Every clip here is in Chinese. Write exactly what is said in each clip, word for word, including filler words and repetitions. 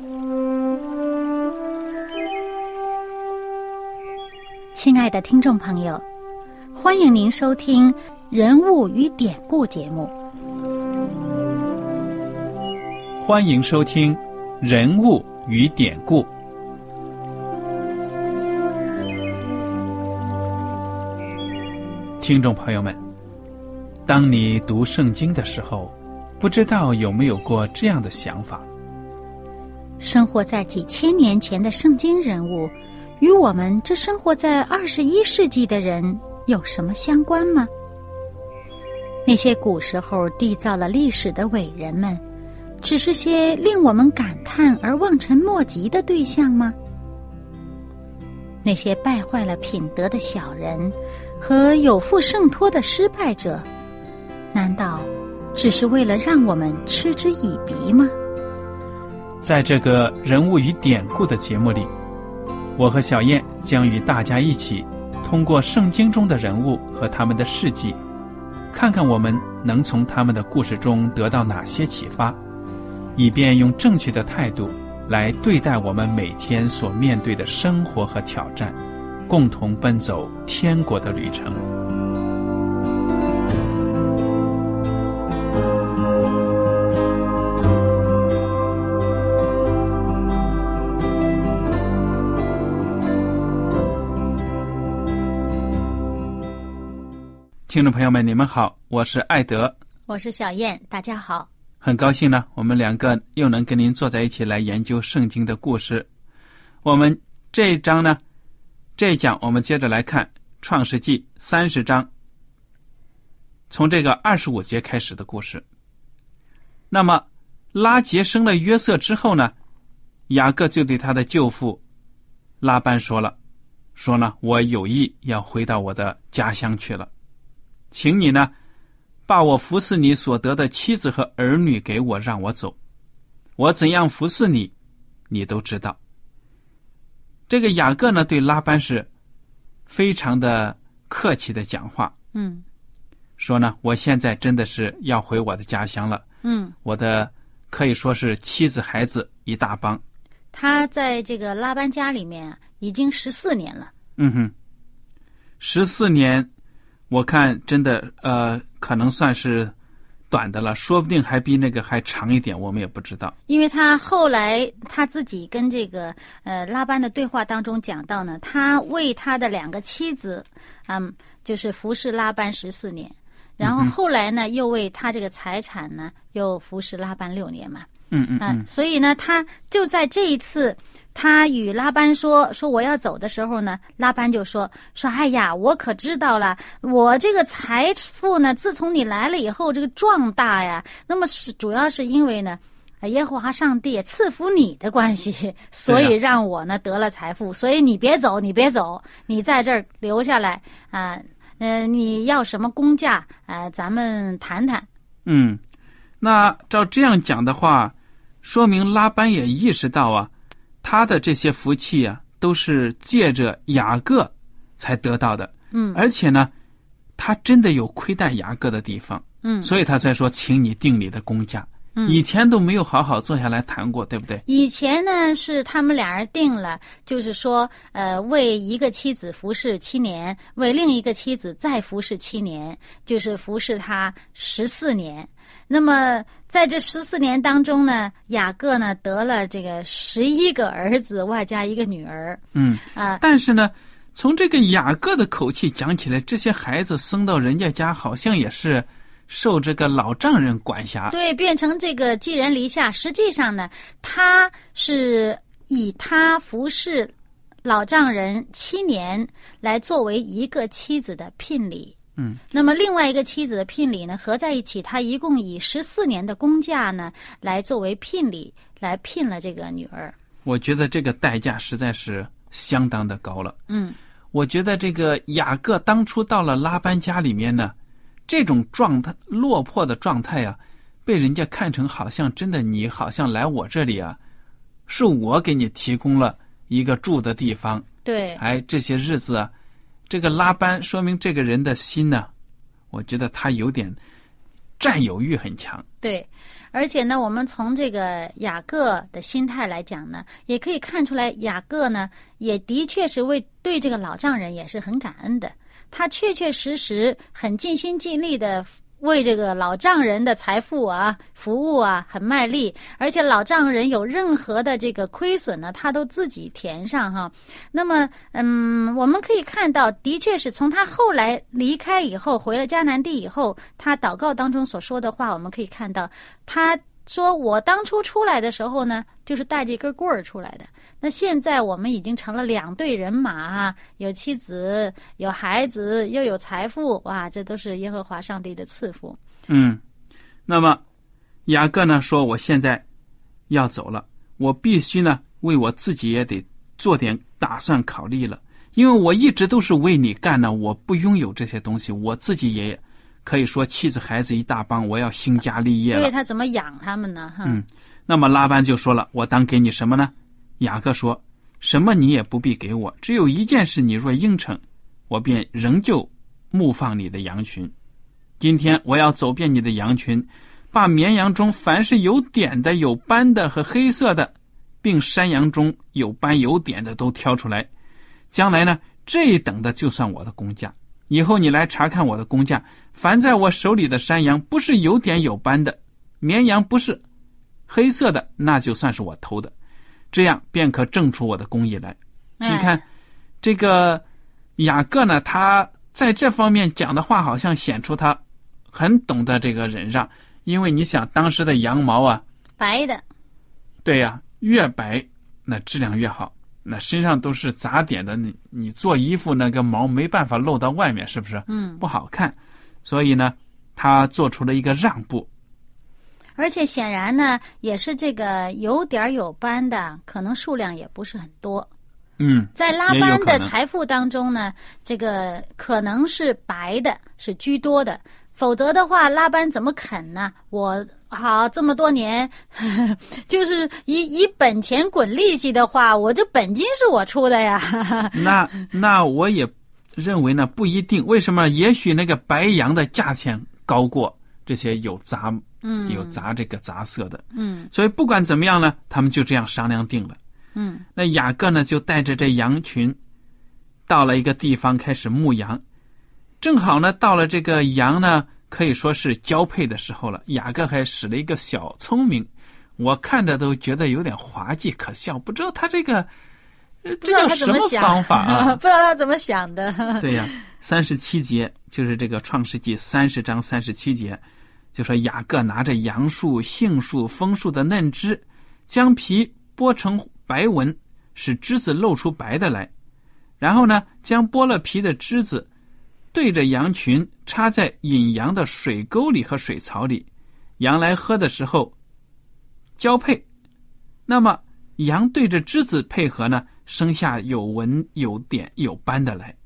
亲爱的听众朋友，欢迎您收听《人物与典故》节目。 欢迎收听《人物与典故》。听众朋友们，当你读圣经的时候，不知道有没有过这样的想法？ 生活在几千年前的圣经人物，与我们这生活在二十一世纪的人有什么相关吗？那些古时候缔造了历史的伟人们，只是些令我们感叹而望尘莫及的对象吗？那些败坏了品德的小人和有负圣托的失败者，难道只是为了让我们嗤之以鼻吗？ 在这个人物与典故的节目里，我和小燕将与大家一起通过圣经中的人物和他们的事迹，看看我们能从他们的故事中得到哪些启发，以便用正确的态度来对待我们每天所面对的生活和挑战，共同奔走天国的旅程。听众朋友们，你们好，我是艾德， 我是小燕，大家好。 很高兴呢，我们两个又能跟您坐在一起来研究圣经的故事。我们这一章呢，这一讲我们接着来看创世纪三十章，从这个二十五节开始的故事。那么拉结生了约瑟之后呢，雅各就对他的舅父拉班说了，说呢，我有意要回到我的家乡去了，请你呢把我服侍你所得的妻子和儿女给我，让我走。我怎样服侍你，你都知道。这个雅各呢，对拉班是非常的客气的讲话， 嗯， 说呢，我现在真的是要回我的家乡了， 嗯， 我的可以说是妻子孩子一大帮。 他在这个拉班家里面啊，已经十四年了。 嗯哼，十四年。我看真的呃，可能算是短的了，说不定还比那个还长一点，我们也不知道。 因为他后来他自己跟这个呃拉班的对话当中讲到呢，他为他的两个妻子，嗯，就是服侍拉班十四年，然后后来呢、嗯、又为他这个财产呢又服侍拉班六年嘛。 嗯嗯嗯， 所以呢，他就在这一次，他与拉班说说我要走的时候呢，拉班就说说，哎呀，我可知道了，我这个财富呢，自从你来了以后，这个壮大呀，那么是主要是因为呢，耶和华上帝赐福你的关系，所以让我呢得了财富，所以你别走，你别走，你在这儿留下来啊，呃，你要什么工价啊、呃，咱们谈谈。 嗯，那照这样讲的话，说明拉班也意识到啊，他的这些福气啊，都是借着雅各才得到的。 嗯， 而且呢，他真的有亏待雅各的地方。 嗯， 所以他才说，请你定你的工价。 嗯， 以前都没有好好坐下来谈过，对不对？ 以前呢是他们俩人定了，就是说，呃，为一个妻子服侍七年，为另一个妻子再服侍七年，就是服侍他十四年。那么在这十四年当中呢，雅各呢得了这个十一个儿子，外加一个女儿。 嗯啊、呃， 但是呢，从这个雅各的口气讲起来，这些孩子生到人家家，好像也是受这个老丈人管辖。 对，变成这个寄人篱下。实际上呢，他是以他服侍老丈人七年来作为一个妻子的聘礼。 嗯， 那么另外一个妻子的聘礼呢，合在一起，他一共以十四年的工价呢，来作为聘礼，来聘了这个女儿。 我觉得这个代价实在是相当的高了。 嗯， 我觉得这个雅各当初到了拉班家里面呢，这种状态落魄的状态啊，被人家看成好像真的你好像来我这里啊，是我给你提供了一个住的地方。 对， 哎，这些日子啊，这个拉班说明这个人的心呢，我觉得他有点占有欲很强。 对，而且呢，我们从这个雅各的心态来讲呢，也可以看出来，雅各呢也的确是为对这个老丈人也是很感恩的，他确确实实很尽心尽力的为这个老丈人的财富啊服务啊很卖力，而且老丈人有任何的这个亏损呢，他都自己填上哈。那么嗯，我们可以看到，的确是从他后来离开以后，回了迦南地以后，他祷告当中所说的话，我们可以看到他说，我当初出来的时候呢，就是带着一根棍儿出来的，那现在我们已经成了两队人马啊，有妻子，有孩子，又有财富，哇，这都是耶和华上帝的赐福。 嗯，那么雅各呢说，我现在要走了，我必须呢为我自己也得做点打算考虑了，因为我一直都是为你干的，我不拥有这些东西，我自己也可以说妻子孩子一大帮，我要兴家立业了。 对，他怎么养他们呢？ 嗯，那么拉班就说了，我当给你什么呢？雅各说，什么你也不必给我，只有一件事，你若应承，我便仍旧牧放你的羊群。今天我要走遍你的羊群，把绵羊中凡是有点的、有斑的和黑色的，并山羊中有斑有点的都挑出来。将来呢，这一等的就算我的工价。以后你来查看我的工价，凡在我手里的山羊不是有点有斑的，绵羊不是黑色的，那就算是我偷的，这样便可证出我的公义来。 哎、 你看这个雅各呢，他在这方面讲的话好像显出他很懂得这个忍让，因为你想当时的羊毛啊， 白的， 对呀、啊，越白那质量越好，那身上都是杂点的，你你做衣服那个毛没办法露到外面，是不是？ 嗯， 不好看。所以呢，他做出了一个让步。 而且显然呢，也是这个有点有斑的，可能数量也不是很多。 嗯， 在拉班的财富当中呢，这个可能是白的是居多的，否则的话，拉班怎么肯呢？我好这么多年，呵呵就是以以本钱滚利息的话，我这本金是我出的呀。 那那我也认为呢，不一定。为什么？也许那个白羊的价钱高过这些有杂嗯有杂这个杂色的。 嗯， 所以不管怎么样呢，他们就这样商量定了。 嗯， 那雅各呢，就带着这羊群到了一个地方开始牧羊。正好呢，到了这个羊呢，可以说是交配的时候了。雅各还使了一个小聪明，我看着都觉得有点滑稽可笑，不知道他这个这叫什么方法啊？ 不知道他怎么想的。 对呀，三十七节就是这个创世纪三十章三十七节，就说雅各拿着杨树、杏树、枫树的嫩枝，将皮剥成白纹，使枝子露出白的来，然后呢，将剥了皮的枝子对着羊群插在引羊的水沟里和水槽里，羊来喝的时候交配。那么羊对着枝子配合呢，生下有纹有点有斑的来。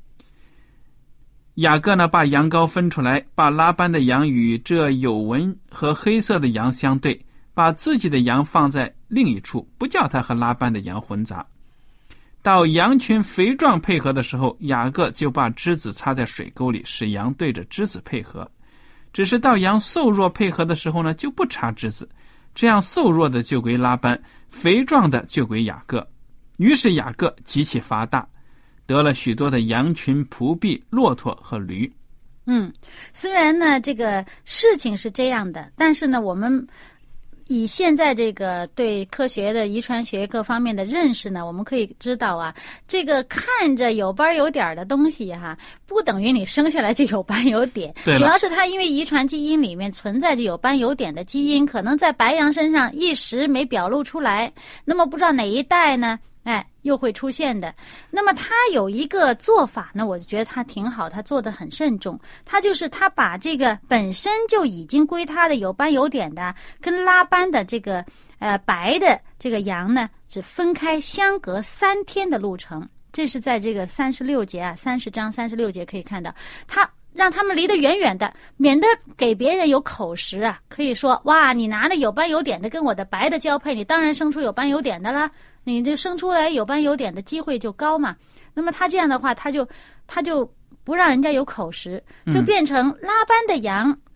雅各呢，把羊羔分出来，把拉班的羊与这有纹和黑色的羊相对，把自己的羊放在另一处，不叫他和拉班的羊混杂。到羊群肥壮配合的时候，雅各就把枝子插在水沟里，使羊对着枝子配合。只是到羊瘦弱配合的时候呢，就不插枝子，这样瘦弱的就归拉班，肥壮的就归雅各。于是雅各极其发大，得了许多的羊群、仆婢、骆驼和驴。 嗯，虽然呢这个事情是这样的，但是呢我们以现在这个对科学的遗传学各方面的认识呢，我们可以知道啊，这个看着有斑有点的东西哈，不等于你生下来就有斑有点。主要是它因为遗传基因里面存在着有斑有点的基因，可能在白羊身上一时没表露出来，那么不知道哪一代呢哎，又会出现的。那么他有一个做法呢，我就觉得他挺好，他做得很慎重。他就是他把这个本身就已经归他的有斑有点的，跟拉班的这个呃白的这个羊呢，只分开相隔三天的路程。这是在这个三十六节啊，三十章三十六节可以看到，他让他们离得远远的，免得给别人有口实啊。可以说，哇，你拿的有斑有点的跟我的白的交配，你当然生出有斑有点的啦。你就生出来有斑有点的机会就高嘛。那么他这样的话，他就他就不让人家有口实，就变成拉班的羊，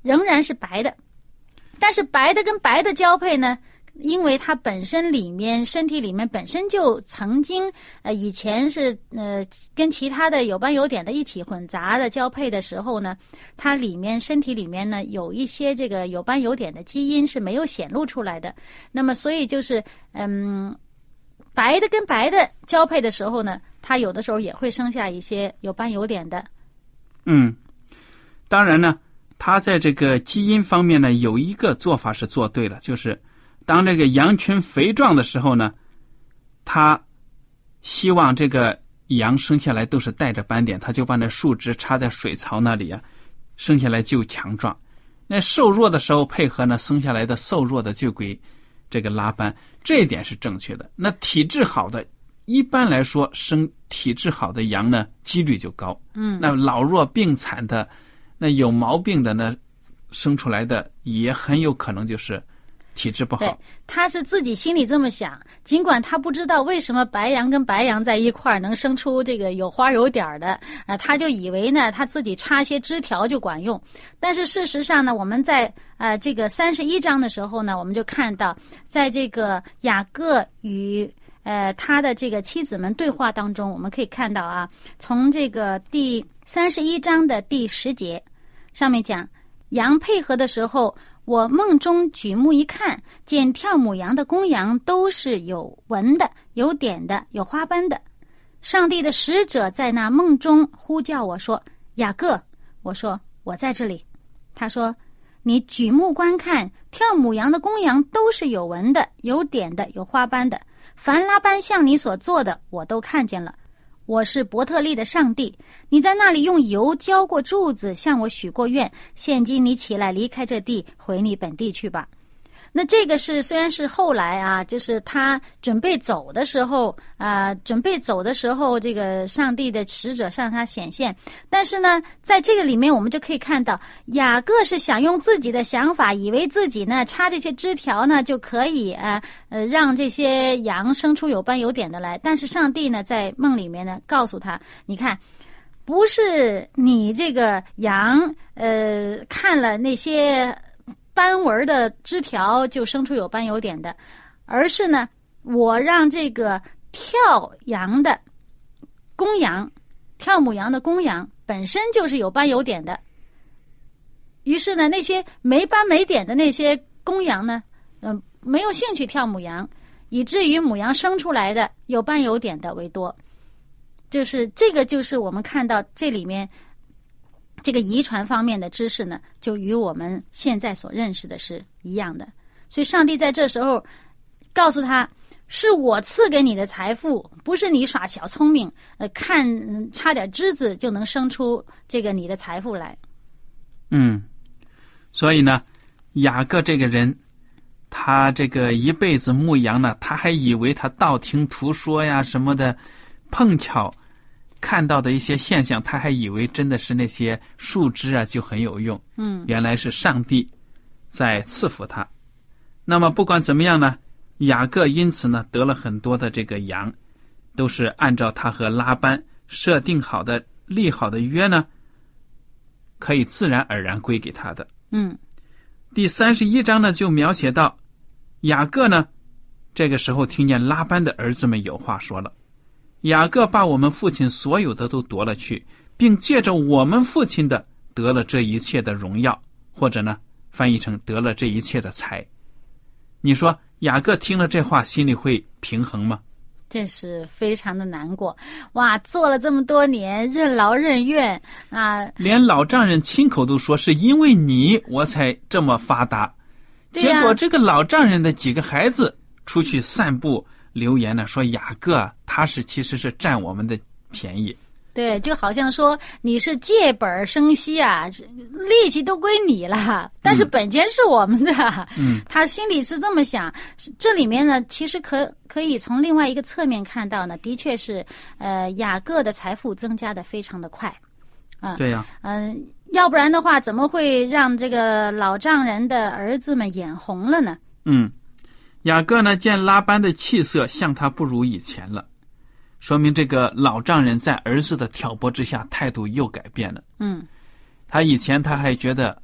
仍然是白的。但是白的跟白的交配呢，因为它本身里面身体里面本身就曾经呃以前是呃跟其他的有斑有点的一起混杂的交配的时候呢，它里面身体里面呢有一些这个有斑有点的基因是没有显露出来的。那么所以就是嗯白的跟白的交配的时候呢，它有的时候也会生下一些有斑有点的。 嗯，当然呢，它在这个基因方面呢，有一个做法是做对了，就是当这个羊群肥壮的时候呢，它希望这个羊生下来都是带着斑点，它就把那树枝插在水槽那里啊，生下来就强壮。那瘦弱的时候配合呢，生下来的瘦弱的就归这个拉斑，这一点是正确的。那体质好的，一般来说生体质好的羊呢，几率就高。 嗯， 那老弱病残的，那有毛病的呢，生出来的也很有可能就是体质不好。 对，他是自己心里这么想，尽管他不知道为什么白羊跟白羊在一块儿能生出这个有花有点儿的，呃，他就以为呢他自己插些枝条就管用。但是事实上呢，我们在呃这个三十一章的时候呢，我们就看到，在这个雅各与呃他的这个妻子们对话当中，我们可以看到啊，从这个第三十一章的第十节上面讲，羊配合的时候，我梦中举目一看，见跳母羊的公羊都是有纹的、有点的、有花斑的。上帝的使者在那梦中呼叫我说：雅各。我说：我在这里。他说：你举目观看，跳母羊的公羊都是有纹的、有点的、有花斑的。凡拉班向你所做的，我都看见了。我是伯特利的上帝，你在那里用油浇过柱子，向我许过愿，现今你起来离开这地，回你本地去吧。那这个是虽然是后来啊，就是他准备走的时候啊、呃，准备走的时候，这个上帝的使者向他显现。但是呢，在这个里面我们就可以看到，雅各是想用自己的想法，以为自己呢插这些枝条呢就可以呃呃让这些羊生出有斑有点的来。但是上帝呢在梦里面呢告诉他，你看，不是你这个羊呃看了那些斑纹的枝条就生出有斑有点的，而是呢我让这个跳羊的公羊，跳母羊的公羊本身就是有斑有点的。于是呢那些没斑没点的那些公羊呢嗯、呃，没有兴趣跳母羊，以至于母羊生出来的有斑有点的为多。就是这个就是我们看到这里面这个遗传方面的知识呢，就与我们现在所认识的是一样的。所以上帝在这时候告诉他，是我赐给你的财富，不是你耍小聪明，呃，看插点枝子就能生出这个你的财富来。 嗯，所以呢，雅各这个人，他这个一辈子牧羊呢，他还以为他道听途说呀什么的，碰巧看到的一些现象，他还以为真的是那些树枝啊就很有用。 嗯， 原来是上帝在赐福他。那么不管怎么样呢，雅各因此呢得了很多的这个羊，都是按照他和拉班设定好的立好的约呢，可以自然而然归给他的。 嗯， 第三十一章呢就描写到雅各呢这个时候听见拉班的儿子们有话说了，雅各把我们父亲所有的都夺了去，并借着我们父亲的得了这一切的荣耀，或者呢翻译成得了这一切的财。你说雅各听了这话心里会平衡吗？ 这是非常的难过。哇，做了这么多年，任劳任怨啊， 连老丈人亲口都说是因为你我才这么发达。结果这个老丈人的几个孩子出去散步留言呢，说雅各他是其实是占我们的便宜。 对，就好像说你是借本生息啊，利息都归你了，但是本钱是我们的。 嗯， 他心里是这么想。这里面呢，其实可可以从另外一个侧面看到呢，的确是呃雅各的财富增加的非常的快。啊、嗯， 对呀、 啊，嗯、呃，要不然的话，怎么会让这个老丈人的儿子们眼红了呢？ 嗯，雅各呢见拉班的气色像他不如以前了。说明这个老丈人在儿子的挑拨之下态度又改变了。 嗯， 他以前他还觉得啊，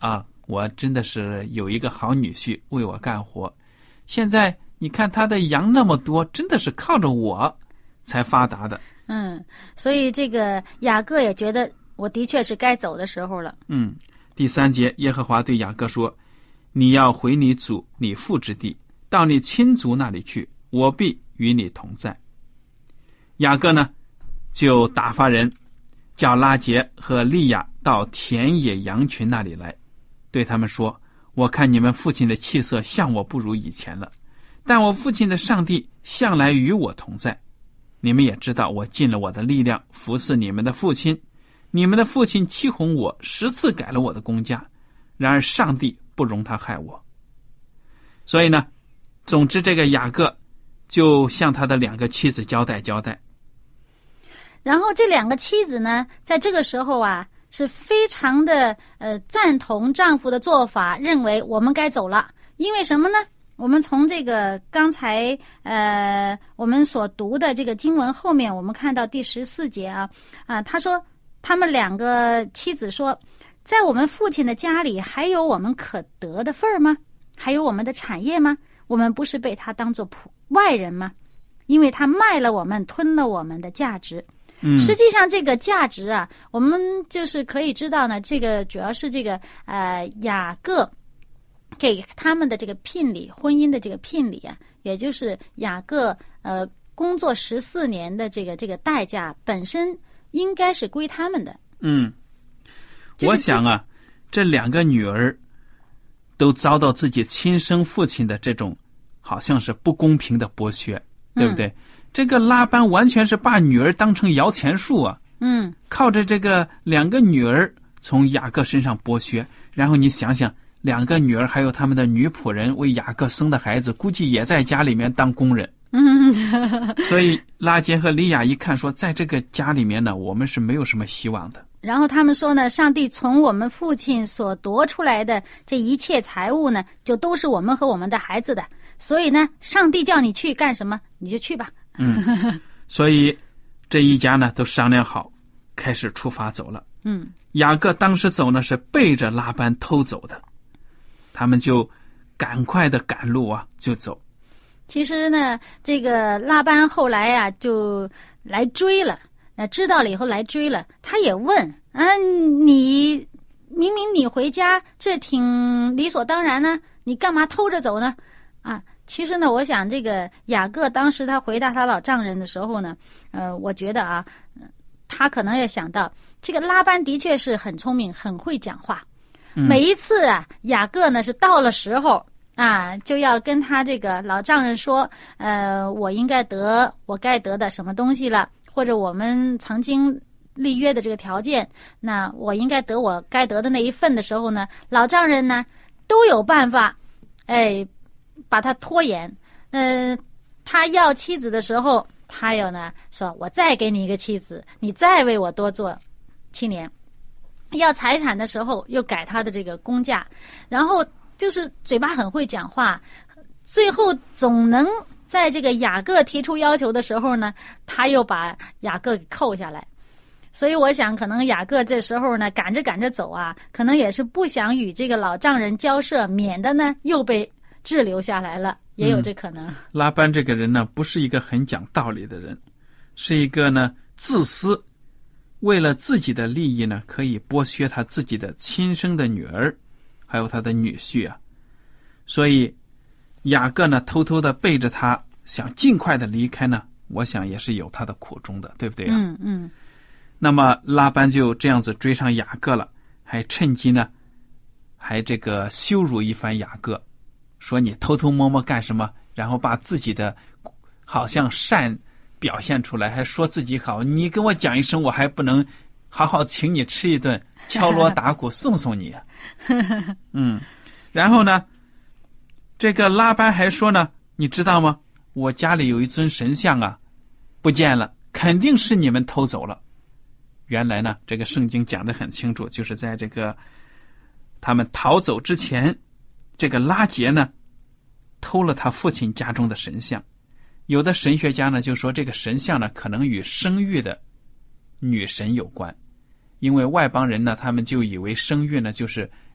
我真的是有一个好女婿为我干活，现在你看他的羊那么多，真的是靠着我才发达的。 嗯，所以这个雅各也觉得我的确是该走的时候了。 嗯，第三节，耶和华对雅各说，你要回你祖你父之地，到你亲族那里去，我必与你同在。雅各呢就打发人叫拉结和利亚到田野羊群那里来，对他们说，我看你们父亲的气色像我不如以前了，但我父亲的上帝向来与我同在。你们也知道我尽了我的力量服侍你们的父亲，你们的父亲欺哄我，十次改了我的工价，然而上帝不容他害我。所以呢，总之这个雅各就向他的两个妻子交代交代。 然后这两个妻子呢，在这个时候啊，是非常的呃赞同丈夫的做法，认为我们该走了。因为什么呢？我们从这个刚才呃我们所读的这个经文后面，我们看到第十四节啊啊，他说他们两个妻子说，在我们父亲的家里还有我们可得的份儿吗？还有我们的产业吗？我们不是被他当作普外人吗？因为他卖了我们，吞了我们的价值。 嗯， 实际上这个价值啊，我们就是可以知道呢，这个主要是这个呃雅各给他们的这个聘礼，婚姻的这个聘礼啊，也就是雅各呃工作十四年的这个这个代价本身应该是归他们的。 嗯， 就是我想啊，这两个女儿都遭到自己亲生父亲的这种好像是不公平的剥削，对不对？嗯，这个拉班完全是把女儿当成摇钱树啊！ 嗯， 靠着这个两个女儿从雅各身上剥削，然后你想想，两个女儿还有他们的女仆人为雅各生的孩子，估计也在家里面当工人。 嗯， 所以拉结和利亚一看说，在这个家里面呢，我们是没有什么希望的。 然后他们说呢，上帝从我们父亲所夺出来的这一切财物呢，就都是我们和我们的孩子的。所以呢，上帝叫你去干什么，你就去吧。 嗯，所以这一家呢都商量好，开始出发走了。 嗯， 雅各当时走呢是背着拉班偷走的，他们就赶快的赶路啊，就走。 其实呢，这个拉班后来啊就来追了，呃，知道了以后来追了，他也问啊，你明明你回家这挺理所当然呢，你干嘛偷着走呢？啊。其实呢，我想这个雅各当时他回答他老丈人的时候呢，呃，我觉得啊，他可能也想到，这个拉班的确是很聪明，很会讲话。 嗯、 每一次啊，雅各呢是到了时候啊，就要跟他这个老丈人说，呃，我应该得我该得的什么东西了，或者我们曾经立约的这个条件，那我应该得我该得的那一份的时候呢，老丈人呢都有办法，哎。把他拖延，嗯、呃，他要妻子的时候，他有呢说，我再给你一个妻子，你再为我多做七年。要财产的时候，又改他的这个工价，然后就是嘴巴很会讲话，最后总能在这个雅各提出要求的时候呢，他又把雅各给扣下来。所以我想，可能雅各这时候呢，赶着赶着走啊，可能也是不想与这个老丈人交涉，免得呢又被滞留下来了，也有这可能。嗯、 拉班这个人呢，不是一个很讲道理的人，是一个呢自私，为了自己的利益呢，可以剥削他自己的亲生的女儿，还有他的女婿啊。所以雅各呢，偷偷的背着他，想尽快的离开呢，我想也是有他的苦衷的，对不对啊？ 嗯嗯。 那么拉班就这样子追上雅各了，还趁机呢，还这个羞辱一番雅各。说你偷偷摸摸干什么，然后把自己的好像善表现出来，还说自己好，你跟我讲一声，我还不能好好请你吃一顿，敲锣打鼓送送你。嗯，然后呢，这个拉班还说呢，你知道吗，我家里有一尊神像啊，不见了，肯定是你们偷走了。原来呢，这个圣经讲得很清楚，就是在这个他们逃走之前，这个拉结呢偷了他父亲家中的神像。有的神学家呢就说，这个神像呢可能与生育的女神有关，因为外邦人呢他们就以为生育呢就是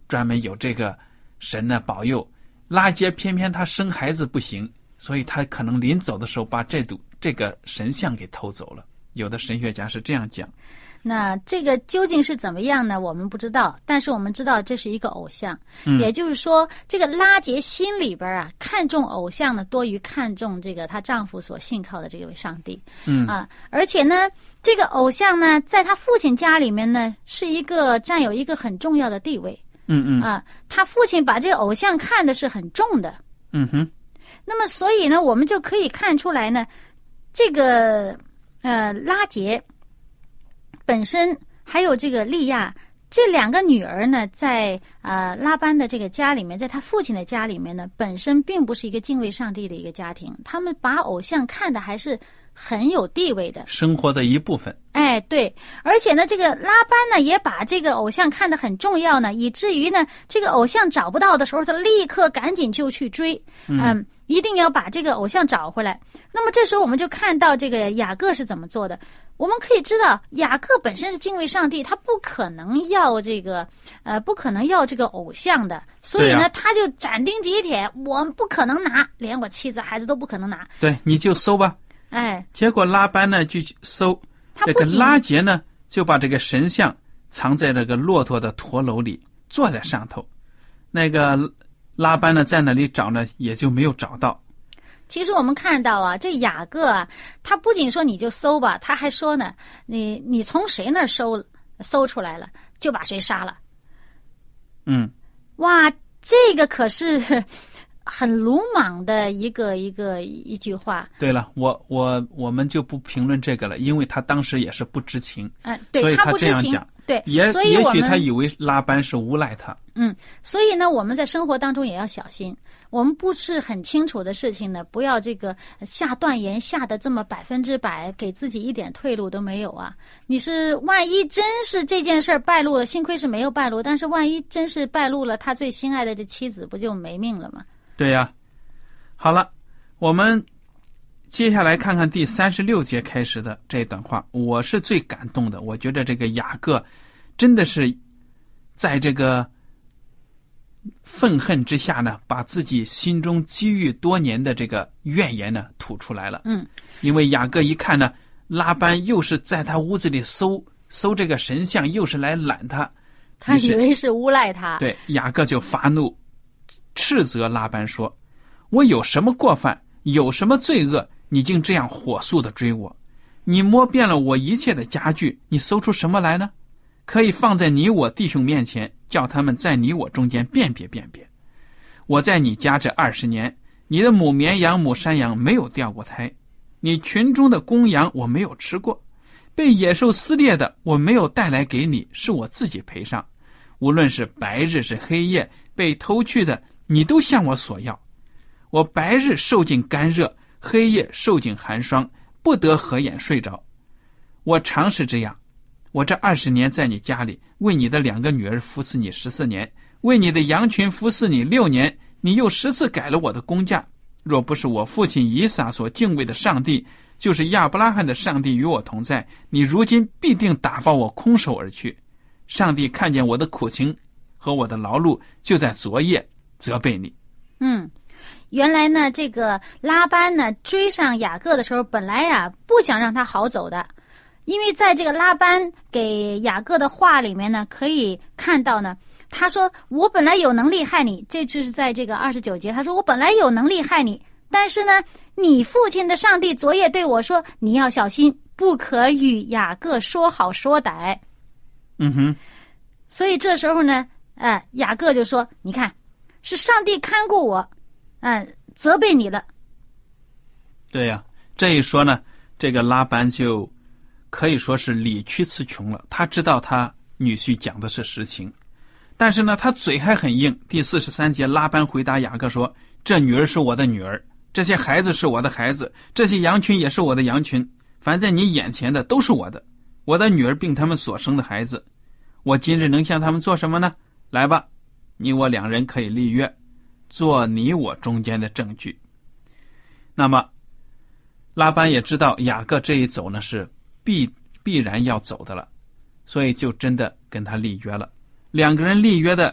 专门有这个神呢保佑。拉结偏偏他生孩子不行，所以他可能临走的时候把这堵这个神像给偷走了。有的神学家是这样讲。 那这个究竟是怎么样呢？我们不知道，但是我们知道这是一个偶像， 嗯、 也就是说，这个拉结心里边啊，看重偶像呢，多于看重这个她丈夫所信靠的这位上帝。 嗯啊，而且呢，这个偶像呢，在他父亲家里面呢，是一个占有一个很重要的地位。 嗯嗯啊，他父亲把这个偶像看的是很重的。 嗯哼。 那么，所以呢，我们就可以看出来呢，这个呃拉结本身还有这个利亚这两个女儿呢，在呃拉班的这个家里面，在他父亲的家里面呢，本身并不是一个敬畏上帝的一个家庭，他们把偶像看的还是很有地位的， 生活的一部分。 哎，对，而且呢，这个拉班呢也把这个偶像看得很重要呢，以至于呢，这个偶像找不到的时候，他立刻赶紧就去追，嗯。嗯一定要把这个偶像找回来。那么这时候我们就看到这个雅各是怎么做的。我们可以知道，雅各本身是敬畏上帝，他不可能要这个，呃，不可能要这个偶像的。所以呢，啊、他就斩钉截铁，我不可能拿，连我妻子孩子都不可能拿。 对，你就搜吧。 哎， 结果拉班呢就搜，这个拉结呢就把这个神像藏在这个骆驼的驼楼里，坐在上头。那个拉班呢在那里找呢，也就没有找到。 其实我们看到啊，这雅各啊，他不仅说你就搜吧，他还说呢，你你从谁那儿搜搜出来了，就把谁杀了。 嗯， 哇，这个可是很鲁莽的一个一个一句话。 对了，我我我们就不评论这个了，因为他当时也是不知情， 嗯，对， 所以他不知情。 这样讲。 对， 也所以也许他以为拉班是诬赖他。 嗯，所以呢，我们在生活当中也要小心。我们不是很清楚的事情呢，不要这个下断言下的这么百分之百，给自己一点退路都没有啊！你是万一真是这件事儿败露了，幸亏是没有败露，但是万一真是败露了，他最心爱的这妻子不就没命了吗？ 对呀、啊。好了，我们接下来看看第三十六节开始的这段话，我是最感动的。我觉得这个雅各真的是在这个愤恨之下呢，把自己心中积郁多年的这个怨言呢吐出来了。 嗯， 因为雅各一看呢，拉班又是在他屋子里搜搜这个神像，又是来揽他， 他以为是诬赖他。 对，雅各就发怒，斥责拉班说：“我有什么过犯，有什么罪恶？你竟这样火速的追我？你摸遍了我一切的家具，你搜出什么来呢？可以放在你我弟兄面前，叫他们在你我中间辨别辨别。我在你家这二十年，你的母绵羊、母山羊没有掉过胎，你群中的公羊我没有吃过，被野兽撕裂的我没有带来给你，是我自己赔上。无论是白日是黑夜，被偷去的你都向我索要。我白日受尽干热，黑夜受尽寒霜，不得合眼睡着。我常是这样。我这二十年在你家里，为你的两个女儿服侍你十四年，为你的羊群服侍你六年，你又十次改了我的工价。若不是我父亲以撒所敬畏的上帝，就是亚伯拉罕的上帝与我同在，你如今必定打发我空手而去。上帝看见我的苦情和我的劳碌，就在昨夜责备你。 嗯，原来呢，这个拉班呢追上雅各的时候，本来呀、啊、不想让他好走的。因为在这个拉班给雅各的话里面呢，可以看到呢，他说我本来有能力害你，这就是在这个二十九节，他说我本来有能力害你，但是呢，你父亲的上帝昨夜对我说，你要小心，不可与雅各说好说歹。 嗯哼， 所以这时候呢，呃，雅各就说，你看，是上帝看顾我，嗯、呃，责备你了。 对呀、啊，这一说呢，这个拉班就可以说是理屈词穷了。他知道他女婿讲的是实情，但是呢，他嘴还很硬。第四十三节，拉班回答雅各说：“这女儿是我的女儿，这些孩子是我的孩子，这些羊群也是我的羊群，凡在你眼前的都是我的。我的女儿并他们所生的孩子，我今日能向他们做什么呢？来吧，你我两人可以立约，做你我中间的证据。”那么，拉班也知道雅各这一走呢是必必然要走的了，所以就真的跟他立约了。两个人立约的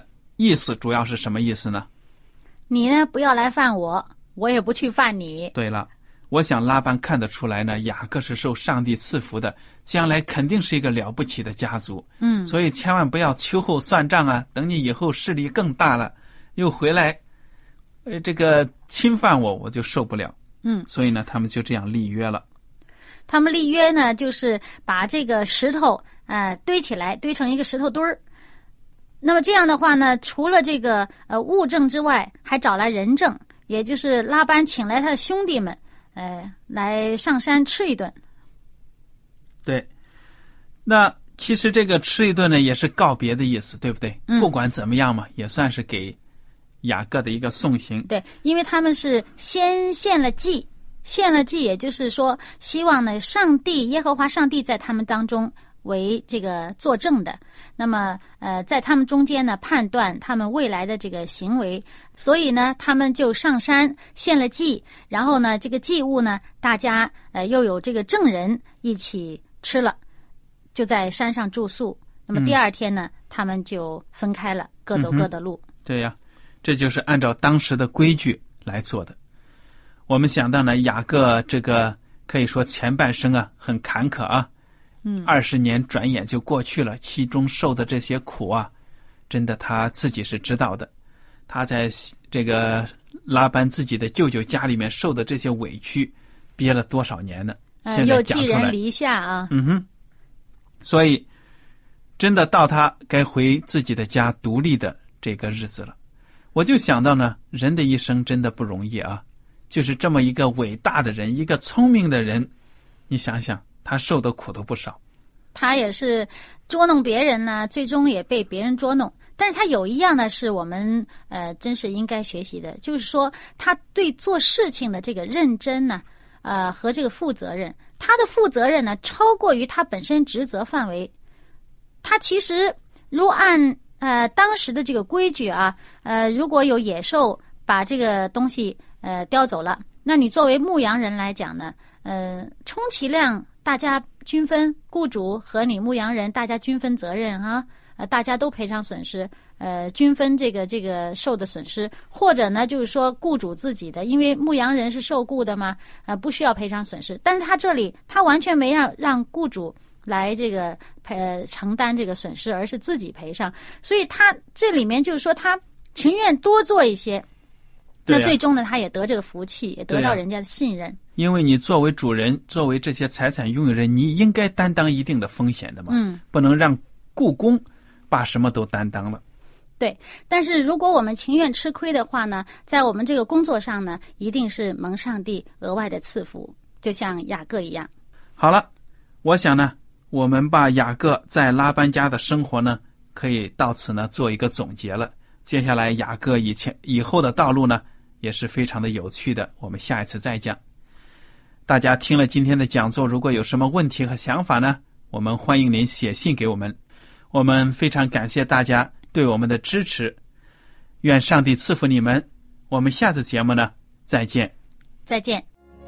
意思主要是什么意思呢？ 你呢，不要来犯我，我也不去犯你。 对了，我想拉班看得出来呢，雅各是受上帝赐福的，将来肯定是一个了不起的家族。 嗯， 所以千万不要秋后算账啊，等你以后势力更大了，又回来，呃，这个侵犯我，我就受不了。 嗯， 所以呢，他们就这样立约了。 他们立约呢，就是把这个石头呃堆起来，堆成一个石头堆儿。那么这样的话呢，除了这个呃物证之外，还找来人证，也就是拉班请来他的兄弟们，呃，来上山吃一顿。 对，那其实这个吃一顿呢，也是告别的意思，对不对？ 嗯， 不管怎么样嘛，也算是给雅各的一个送行。 对，因为他们是先献了祭，献了祭，也就是说，希望呢，上帝耶和华上帝在他们当中为这个作证的。那么，呃，在他们中间呢，判断他们未来的这个行为，所以呢，他们就上山献了祭，然后呢，这个祭物呢，大家呃又有这个证人一起吃了，就在山上住宿。那么第二天呢，嗯、他们就分开了，各走各的路。 嗯、对呀，这就是按照当时的规矩来做的。我们想到呢，雅各这个可以说前半生啊很坎坷啊。 嗯， 二十年转眼就过去了，其中受的这些苦啊，真的他自己是知道的。他在这个拉班自己的舅舅家里面受的这些委屈，憋了多少年呢？ 呃、 现在讲出来， 又寄人篱下啊。 嗯哼，所以真的到他该回自己的家独立的这个日子了。我就想到呢，人的一生真的不容易啊，就是这么一个伟大的人，一个聪明的人，你想想。他受的苦都不少， 他也是捉弄别人呢，最终也被别人捉弄。但是他有一样呢，是我们呃真是应该学习的，就是说他对做事情的这个认真呢，呃和这个负责任，他的负责任呢超过于他本身职责范围。他其实如按呃当时的这个规矩啊，呃如果有野兽把这个东西呃叼走了，那你作为牧羊人来讲呢，呃充其量大家均分，雇主和你牧羊人大家均分责任啊，呃，大家都赔偿损失，呃，均分这个这个受的损失，或者呢，就是说雇主自己的，因为牧羊人是受雇的嘛，呃，不需要赔偿损失。但是他这里他完全没让让雇主来这个赔、呃、承担这个损失，而是自己赔偿，所以他这里面就是说他情愿多做一些。那最终呢，他也得这个福气，也得到人家的信任。 因为你作为主人，作为这些财产拥有人，你应该担当一定的风险的嘛。 嗯， 不能让雇工把什么都担当了。 对，但是如果我们情愿吃亏的话呢，在我们这个工作上呢，一定是蒙上帝额外的赐福，就像雅各一样。 好了，我想呢，我们把雅各在拉班家的生活呢，可以到此呢做一个总结了。接下来雅各以前以后的道路呢，也是非常的有趣的，我们下一次再讲。大家听了今天的讲座，如果有什么问题和想法呢，我们欢迎您写信给我们。我们非常感谢大家对我们的支持，愿上帝赐福你们。我们下次节目呢，再见。 再见。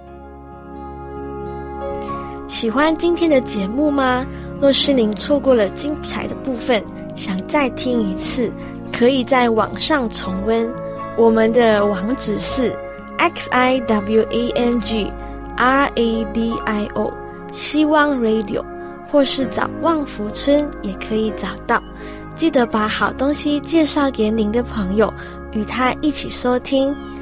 喜欢今天的节目吗？若是您错过了精彩的部分，想再听一次，可以在网上重温。我们的网址是 x i w a n g r a d i o 希望 radio， 或是找旺福村也可以找到。记得把好东西介绍给您的朋友，与他一起收听。